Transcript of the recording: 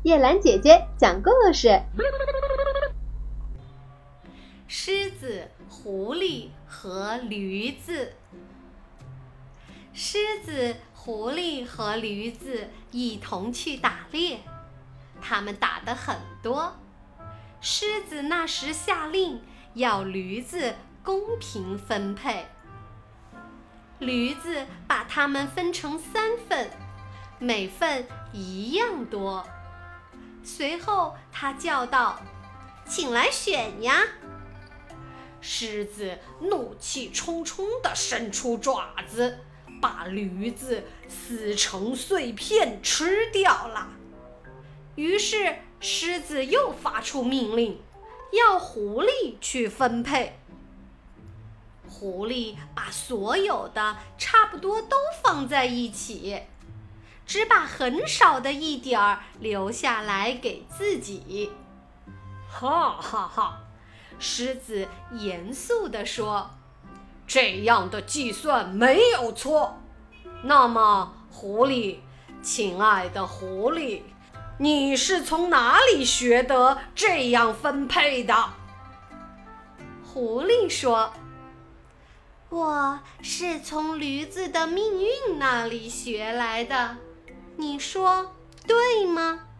叶兰姐姐讲故事。 狮子、狐狸和驴子。狮子、狐狸和驴子一同去打猎，他们打得很多。狮子那时下令要驴子公平分配，驴子把它们分成3份，每份一样多。随后他叫道：“请来选呀！”狮子怒气冲冲地伸出爪子，把驴子撕成碎片吃掉了。于是狮子又发出命令，要狐狸去分配。狐狸把所有的差不多都放在一起，只把很少的一点儿留下来给自己。哈哈哈！狮子严肃地说：“这样的计算没有错。那么，狐狸，亲爱的狐狸，你是从哪里学得这样分配的？”狐狸说：“我是从驴子的命运那里学来的，你说对吗？”